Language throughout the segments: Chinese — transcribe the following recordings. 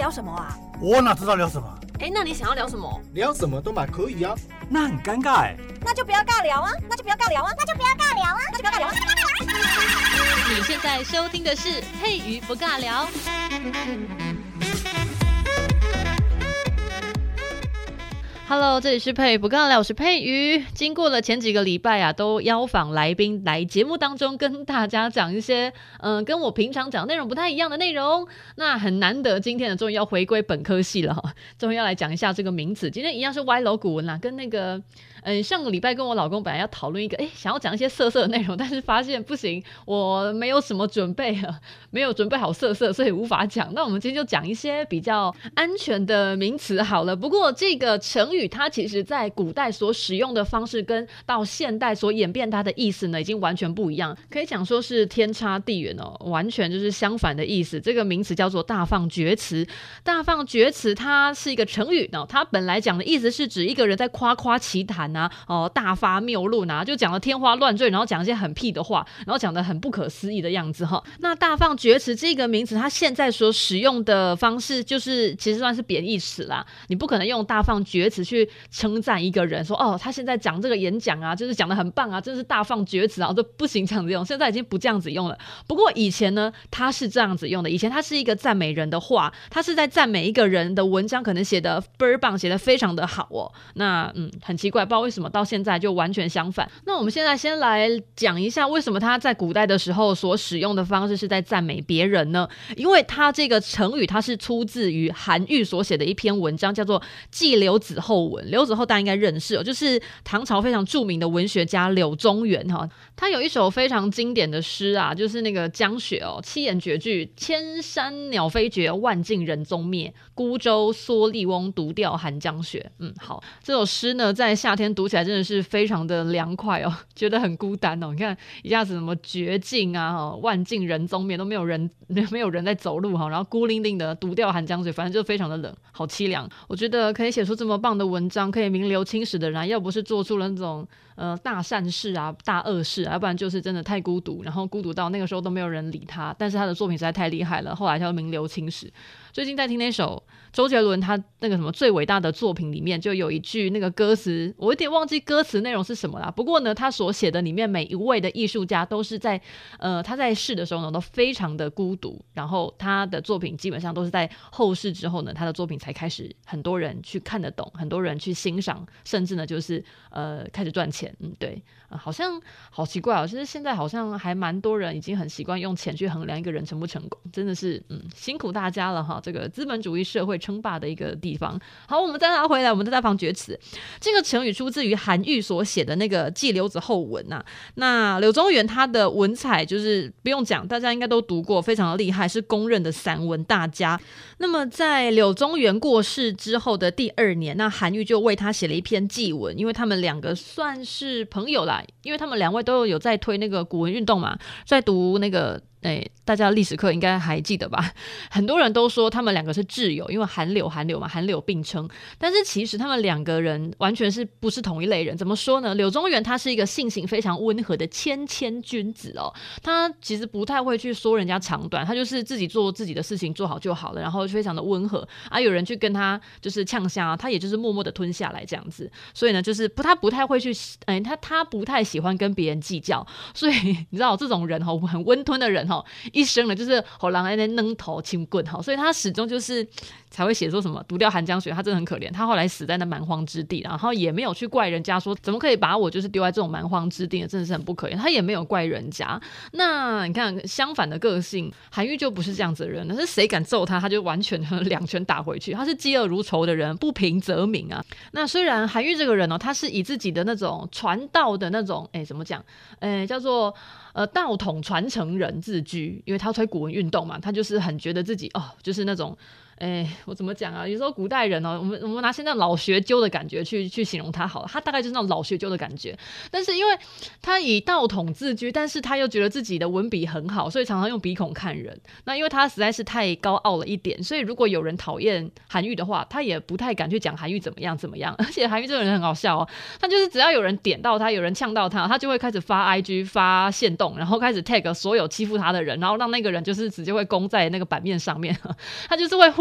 聊什么啊？ 我哪知道聊什么？ 那你想要聊什么？ 聊什么都嘛可以啊。 那很尴尬哎。 那就不要尬聊啊！那就不要尬聊啊！那就不要尬聊啊！那就不要尬聊啊！ 你现在收听的是佩瑜不尬聊。Hello， 这里是佩瑜不尬聊，我是佩瑜。经过了前几个礼拜啊，都邀访来宾来节目当中跟大家讲一些跟我平常讲的内容不太一样的内容。那很难得，今天呢终于要回归本科系了哈，终于要来讲一下这个名词。今天一样是歪楼古文啦，跟那个上个礼拜跟我老公本来要讨论一个想要讲一些色色的内容，但是发现不行，我没有什么准备没有准备好色色，所以无法讲。那我们今天就讲一些比较安全的名词好了。不过这个成语它其实在古代所使用的方式跟到现代所演变它的意思呢已经完全不一样，可以讲说是天差地远哦，完全就是相反的意思。这个名词叫做大放厥词。大放厥词它是一个成语哦，它本来讲的意思是指一个人在夸夸其谈啊，大发谬论啊，就讲了天花乱坠，然后讲一些很屁的话，然后讲得很不可思议的样子哈。那大放厥词这个名词它现在所使用的方式就是其实算是贬义词啦，你不可能用大放厥词去称赞一个人说他现在讲这个演讲啊就是讲得很棒啊，真是大放厥词啊，都不行这样子用，现在已经不这样子用了。不过以前呢他是这样子用的，以前他是一个赞美人的话，他是在赞美一个人的文章可能写得倍儿棒，写得非常的好哦。那很奇怪，不知道为什么到现在就完全相反。那我们现在先来讲一下为什么他在古代的时候所使用的方式是在赞美别人呢？因为他这个成语它是出自于韩愈所写的一篇文章，叫做《祭刘子厚文》。刘子厚大家应该认识就是唐朝非常著名的文学家柳宗元他有一首非常经典的诗啊，就是那个江雪七言绝句：千山鸟飞绝，万径人踪灭，孤舟蓑笠翁，独钓寒江雪。好，这首诗呢在夏天读起来真的是非常的凉快觉得很孤单你看一下子什么绝境啊，万径人踪灭，都没有人在走路然后孤零零的独钓寒江水，反正就非常的冷，好凄凉。我觉得可以写出这么棒的文章，可以名留青史的人要不是做出了那种大善事啊大恶事要不然就是真的太孤独，然后孤独到那个时候都没有人理他，但是他的作品实在太厉害了，后来他就名留青史。最近在听那首周杰伦他那个什么最伟大的作品里面就有一句那个歌词，我有点忘记歌词内容是什么啦，不过呢他所写的里面每一位的艺术家都是在他在世的时候呢都非常的孤独，然后他的作品基本上都是在后世之后呢他的作品才开始很多人去看得懂，很多人去欣赏，甚至呢就是开始赚钱。对，好像好奇怪就是现在好像还蛮多人已经很习惯用钱去衡量一个人成不成功，真的是辛苦大家了哈，这个资本主义社会称霸的一个地方。好，我们再拿回来，我们再大放厥词。这个成语出自于韩愈所写的那个《祭刘子厚文》那柳宗元他的文采就是不用讲，大家应该都读过，非常的厉害，是公认的散文大家。那么在柳宗元过世之后的第2年，那韩愈就为他写了一篇祭文，因为他们两个算是朋友啦，因为他们两位都有在推那个古文运动嘛，在读那个大家历史课应该还记得吧，很多人都说他们两个是挚友，因为韩柳嘛，韩柳并称，但是其实他们两个人完全是不是同一类人。怎么说呢？柳宗元他是一个性情非常温和的谦君子他其实不太会去说人家长短，他就是自己做自己的事情做好就好了，然后非常的温和有人去跟他就是呛下他也就是默默的吞下来这样子。所以呢就是他不太会去他不太喜欢跟别人计较，所以你知道这种人很温吞的人一生呢就是好人在扔头轻棍所以他始终就是才会写说什么独钓寒江雪，他真的很可怜，他后来死在那蛮荒之地，然后也没有去怪人家说怎么可以把我就是丢在这种蛮荒之地，真的是很不可怜，他也没有怪人家。那你看相反的个性，韩愈就不是这样子的人，但是谁敢揍他就完全2拳打回去，他是嫉恶如仇的人，不平则鸣那虽然韩愈这个人他是以自己的那种传道的那种怎么讲叫做道统传承人自居，因为他推古文运动嘛，他就是很觉得自己就是那种我怎么讲啊？有时候古代人我们拿现在老学究的感觉去形容他好了，他大概就是那种老学究的感觉。但是因为他以道统自居，但是他又觉得自己的文笔很好，所以常常用鼻孔看人。那因为他实在是太高傲了一点，所以如果有人讨厌韩愈的话，他也不太敢去讲韩愈怎么样。而且韩愈这个人很好笑他就是只要有人点到他，有人呛到他，他就会开始发 IG 发限动，然后开始 tag 所有欺负他的人，然后让那个人就是直接会攻在那个版面上面他就是会呼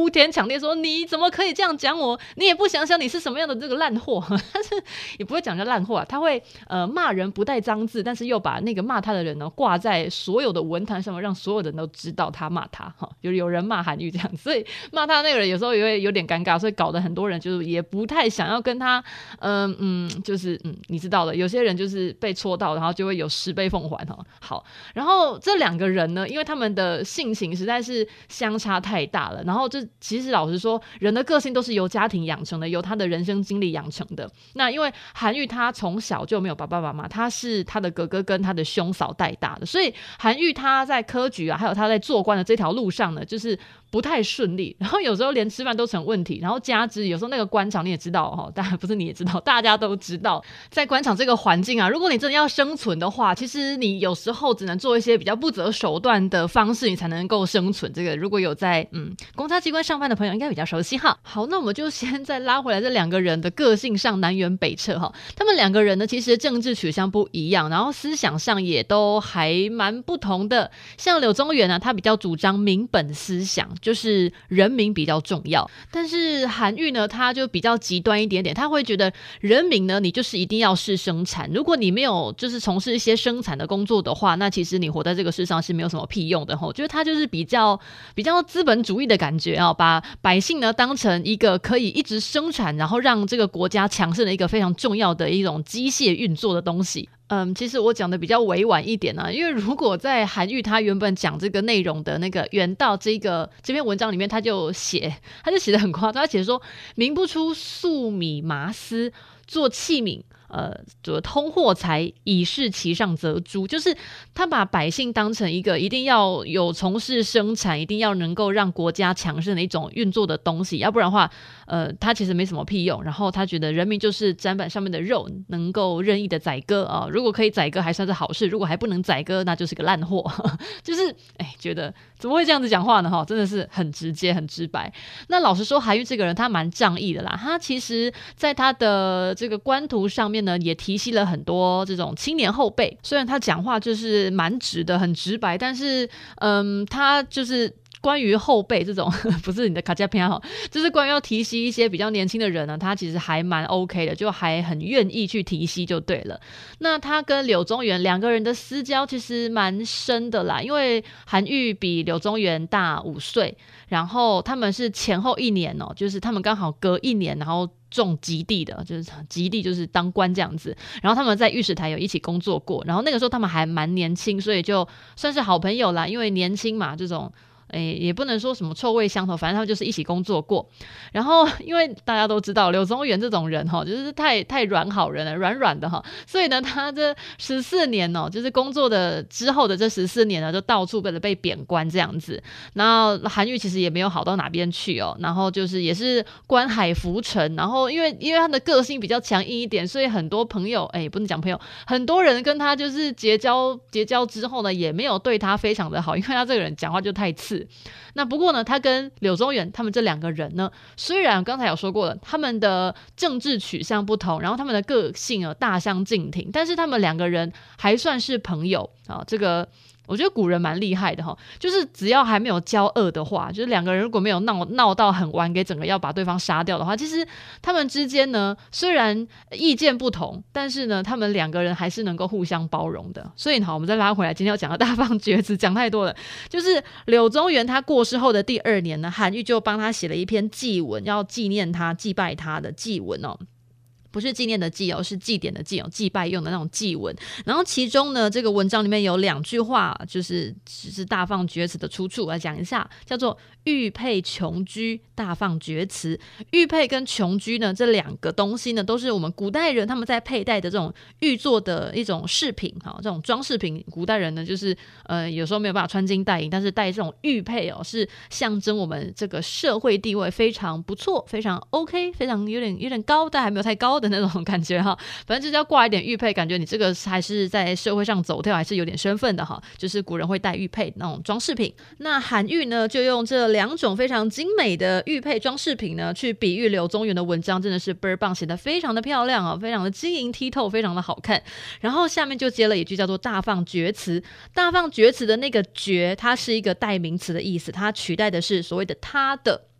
哭天抢地说你怎么可以这样讲我，你也不想想你是什么样的这个烂货但是也不会讲叫烂货他会骂人不带脏字，但是又把那个骂他的人呢挂在所有的文坛上面，让所有人都知道他骂他有人骂韩愈这样，所以骂他那个人有时候也会有点尴尬，所以搞得很多人就是也不太想要跟他就是你知道的，有些人就是被戳到然后就会有10倍奉还好，然后这2个人呢，因为他们的性情实在是相差太大了，然后这其实老实说人的个性都是由家庭养成的，由他的人生经历养成的。那因为韩愈他从小就没有爸爸妈妈，他是他的哥哥跟他的兄嫂带大的，所以韩愈他在科举还有他在做官的这条路上呢，就是不太顺利，然后有时候连吃饭都成问题，然后加之有时候那个官场你也知道当然不是你也知道，大家都知道，在官场这个环境啊，如果你真的要生存的话，其实你有时候只能做一些比较不择手段的方式，你才能够生存。这个如果有在公家机关上班的朋友应该比较熟悉哈。好，那我们就先再拉回来这2个人的个性上南辕北辙哈。他们2个人呢，其实政治取向不一样，然后思想上也都还蛮不同的。像柳宗元他比较主张民本思想，就是人民比较重要，但是韩愈呢他就比较极端一点点，他会觉得人民呢你就是一定要是生产，如果你没有就是从事一些生产的工作的话，那其实你活在这个世上是没有什么屁用的。我觉得他就是比较资本主义的感觉把百姓呢当成一个可以一直生产，然后让这个国家强盛的一个非常重要的一种机械运作的东西。其实我讲的比较委婉一点因为如果在韩愈他原本讲这个内容的那个原道这篇文章里面，他就写得很夸张，他写说民不出粟米麻丝，做器皿通货财，以示其上则诛，就是他把百姓当成一个一定要有从事生产，一定要能够让国家强盛的一种运作的东西，要不然的话他其实没什么屁用。然后他觉得人民就是砧板上面的肉，能够任意的宰割如果可以宰割还算是好事，如果还不能宰割那就是个烂货就是觉得怎么会这样子讲话呢真的是很直接很直白。那老实说韩愈这个人他蛮仗义的啦，他其实在他的这个官途上面呢也提携了很多这种青年后辈，虽然他讲话就是蛮直的很直白，但是他就是关于后辈这种不是你的卡加片就是关于要提携一些比较年轻的人呢，他其实还蛮 OK 的，就还很愿意去提携就对了。那他跟柳宗元2个人的私交其实蛮深的啦，因为韩愈比柳宗元大5岁，然后他们是前后1年就是他们刚好隔1年，然后中及第的，就是及第就是当官这样子，然后他们在御史台有一起工作过，然后那个时候他们还蛮年轻，所以就算是好朋友啦，因为年轻嘛，这种也不能说什么臭味相投，反正他们就是一起工作过。然后因为大家都知道柳宗元这种人就是太软好人了，软软的所以呢他这14年就是工作的之后的这14年呢，就到处被贬官这样子。然后韩愈其实也没有好到哪边去然后就是也是官海浮沉，然后因为他的个性比较强硬一点，所以很多朋友不能讲朋友，很多人跟他就是结交之后呢，也没有对他非常的好，因为他这个人讲话就太刺。那不过呢他跟柳宗元他们这2个人呢，虽然刚才有说过了他们的政治取向不同，然后他们的个性大相径庭，但是他们2个人还算是朋友这个我觉得古人蛮厉害的就是只要还没有交恶的话，就是2个人如果没有闹到很完，给整个要把对方杀掉的话，其实他们之间呢虽然意见不同，但是呢他们2个人还是能够互相包容的。所以好，我们再拉回来今天要讲的大放厥词，讲太多了。就是柳宗元他过世后的第2年呢，韩愈就帮他写了一篇祭文，要纪念他祭拜他的祭文不是纪念的祭是祭典的祭祭拜用的那种祭文。然后其中呢这个文章里面有2句话就是大放厥词的出处，来讲一下，叫做玉佩琼琚大放厥词。玉佩跟琼琚呢这2个东西呢，都是我们古代人他们在佩戴的这种玉做的一种饰品这种装饰品。古代人呢就是有时候没有办法穿金戴银，但是戴这种玉佩是象征我们这个社会地位非常不错，非常 OK， 非常有点高，但还没有太高的那种感觉反正就是要挂一点玉佩，感觉你这个还是在社会上走跳，还是有点身份的就是古人会戴玉佩那种装饰品。那韩愈呢就用这2种非常精美的玉佩装饰品呢去比喻柳宗元的文章，真的是倍儿棒，写得非常的漂亮非常的晶莹剔透，非常的好看。然后下面就接了一句叫做大放厥词。大放厥词的那个厥它是一个代名词的意思，它取代的是所谓的他的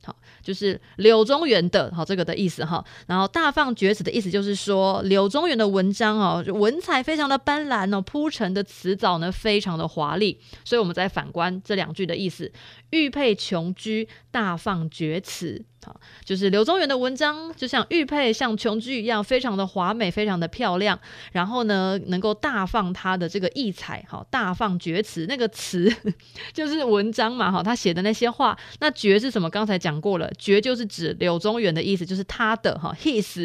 好，就是柳宗元的好这个的意思哈。然后大放厥词的意思就是说柳宗元的文章哦，文采非常的斑斓哦，铺陈的词藻呢非常的华丽。所以我们再反观这两句的意思，玉佩琼居，大放厥词。好，就是柳宗元的文章就像玉佩像琼居一样非常的华美，非常的漂亮，然后呢能够大放他的这个异彩。好，大放厥词，那个词就是文章嘛，他写的那些话。那厥是什么？刚才讲过了，厥就是指柳宗元的意思，就是他的 his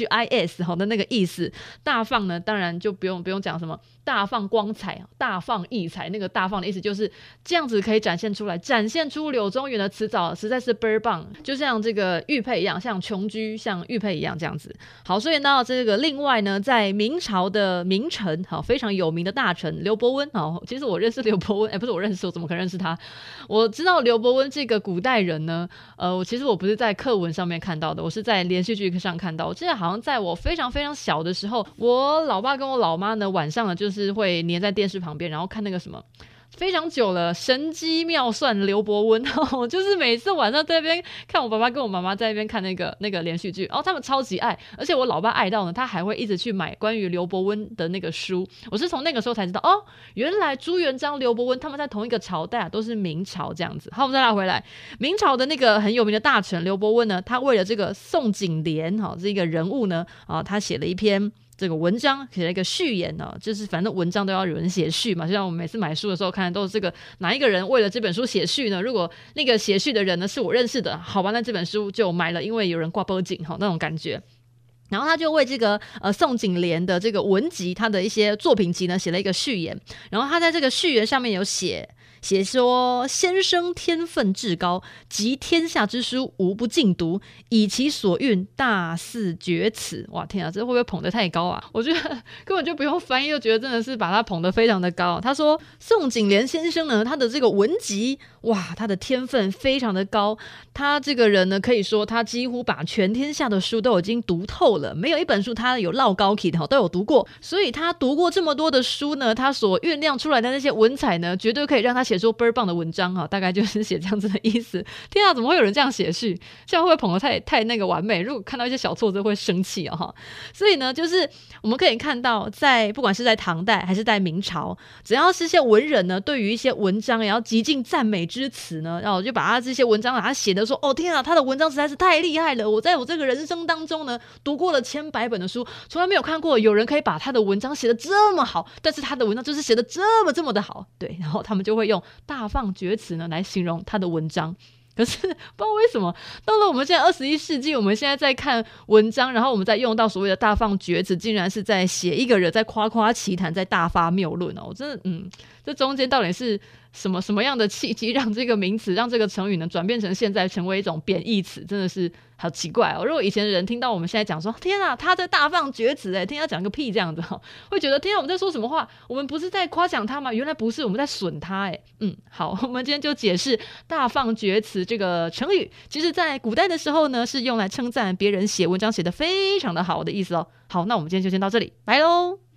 his 的那个意思。大放呢当然就不用讲什么大放光彩，大放异彩，那个大放的意思就是这样子可以展现出柳宗元的词藻实在是倍儿棒，就像这个玉佩一样，像琼居像玉佩一样这样子。好，所以呢这个另外呢在明朝的名臣非常有名的大臣刘伯温，其实我认识刘伯温，不是我认识，我怎么可能认识他？我知道刘伯温这个古代人呢，其实我不是在课文上面看到的，我是在连续剧上看到。我记得好像在我非常非常小的时候，我老爸跟我老妈呢晚上呢就是会黏在电视旁边，然后看那个什么非常久了神机妙算刘伯温，就是每次晚上在那边看我爸爸跟我妈妈在那边看那个连续剧，他们超级爱，而且我老爸爱到呢他还会一直去买关于刘伯温的那个书。我是从那个时候才知道原来朱元璋刘伯温他们在同一个朝代都是明朝这样子。好，我们再拉回来，明朝的那个很有名的大臣刘伯温呢，他为了这个宋景莲这个人物呢他写了一篇这个文章，写了一个序言呢，就是反正文章都要有人写序嘛，就像我们每次买书的时候看都是这个哪一个人为了这本书写序呢？如果那个写序的人呢是我认识的，好吧，那这本书就买了，因为有人挂报警那种感觉。然后他就为这个宋景莲的这个文集，他的一些作品集呢写了一个序言，然后他在这个序言上面有写说，先生天分至高，集天下之书无不尽读，以其所运大肆厥词。哇，天啊，这会不会捧得太高啊？我觉得根本就不用翻译，就觉得真的是把他捧得非常的高。他说宋景莲先生呢，他的这个文集，哇，他的天分非常的高，他这个人呢可以说他几乎把全天下的书都已经读透了，没有一本书他有落高起的都有读过，所以他读过这么多的书呢，他所酝酿出来的那些文采呢，绝对可以让他写出倍儿棒的文章大概就是写这样子的意思。天啊，怎么会有人这样写序？这样会不会捧得太那个完美？如果看到一些小错字会生气所以呢，就是我们可以看到，不管是在唐代还是在明朝，只要是些文人呢，对于一些文章也要极尽赞美之词呢，然后就把他这些文章把他写的说，天啊，他的文章实在是太厉害了！我在我这个人生当中呢，读过了千百本的书，从来没有看过有人可以把他的文章写得这么好，但是他的文章就是写得这么的好，对，然后他们就会用大放厥词呢来形容他的文章。可是不知道为什么到了我们现在21世纪，我们现在在看文章，然后我们在用到所谓的大放厥词，竟然是在写一个人在夸夸其谈，在大发谬论我真的这中间到底是什么样的契机让这个名词，让这个成语呢转变成现在成为一种贬义词，真的是好奇怪如果以前的人听到我们现在讲说，天啊，他在大放厥词听他讲个屁这样子会觉得天啊，我们在说什么话？我们不是在夸奖他吗？原来不是，我们在损他好，我们今天就解释大放厥词这个成语，其实在古代的时候呢，是用来称赞别人写文章写得非常的好的意思好，那我们今天就先到这里，拜喽。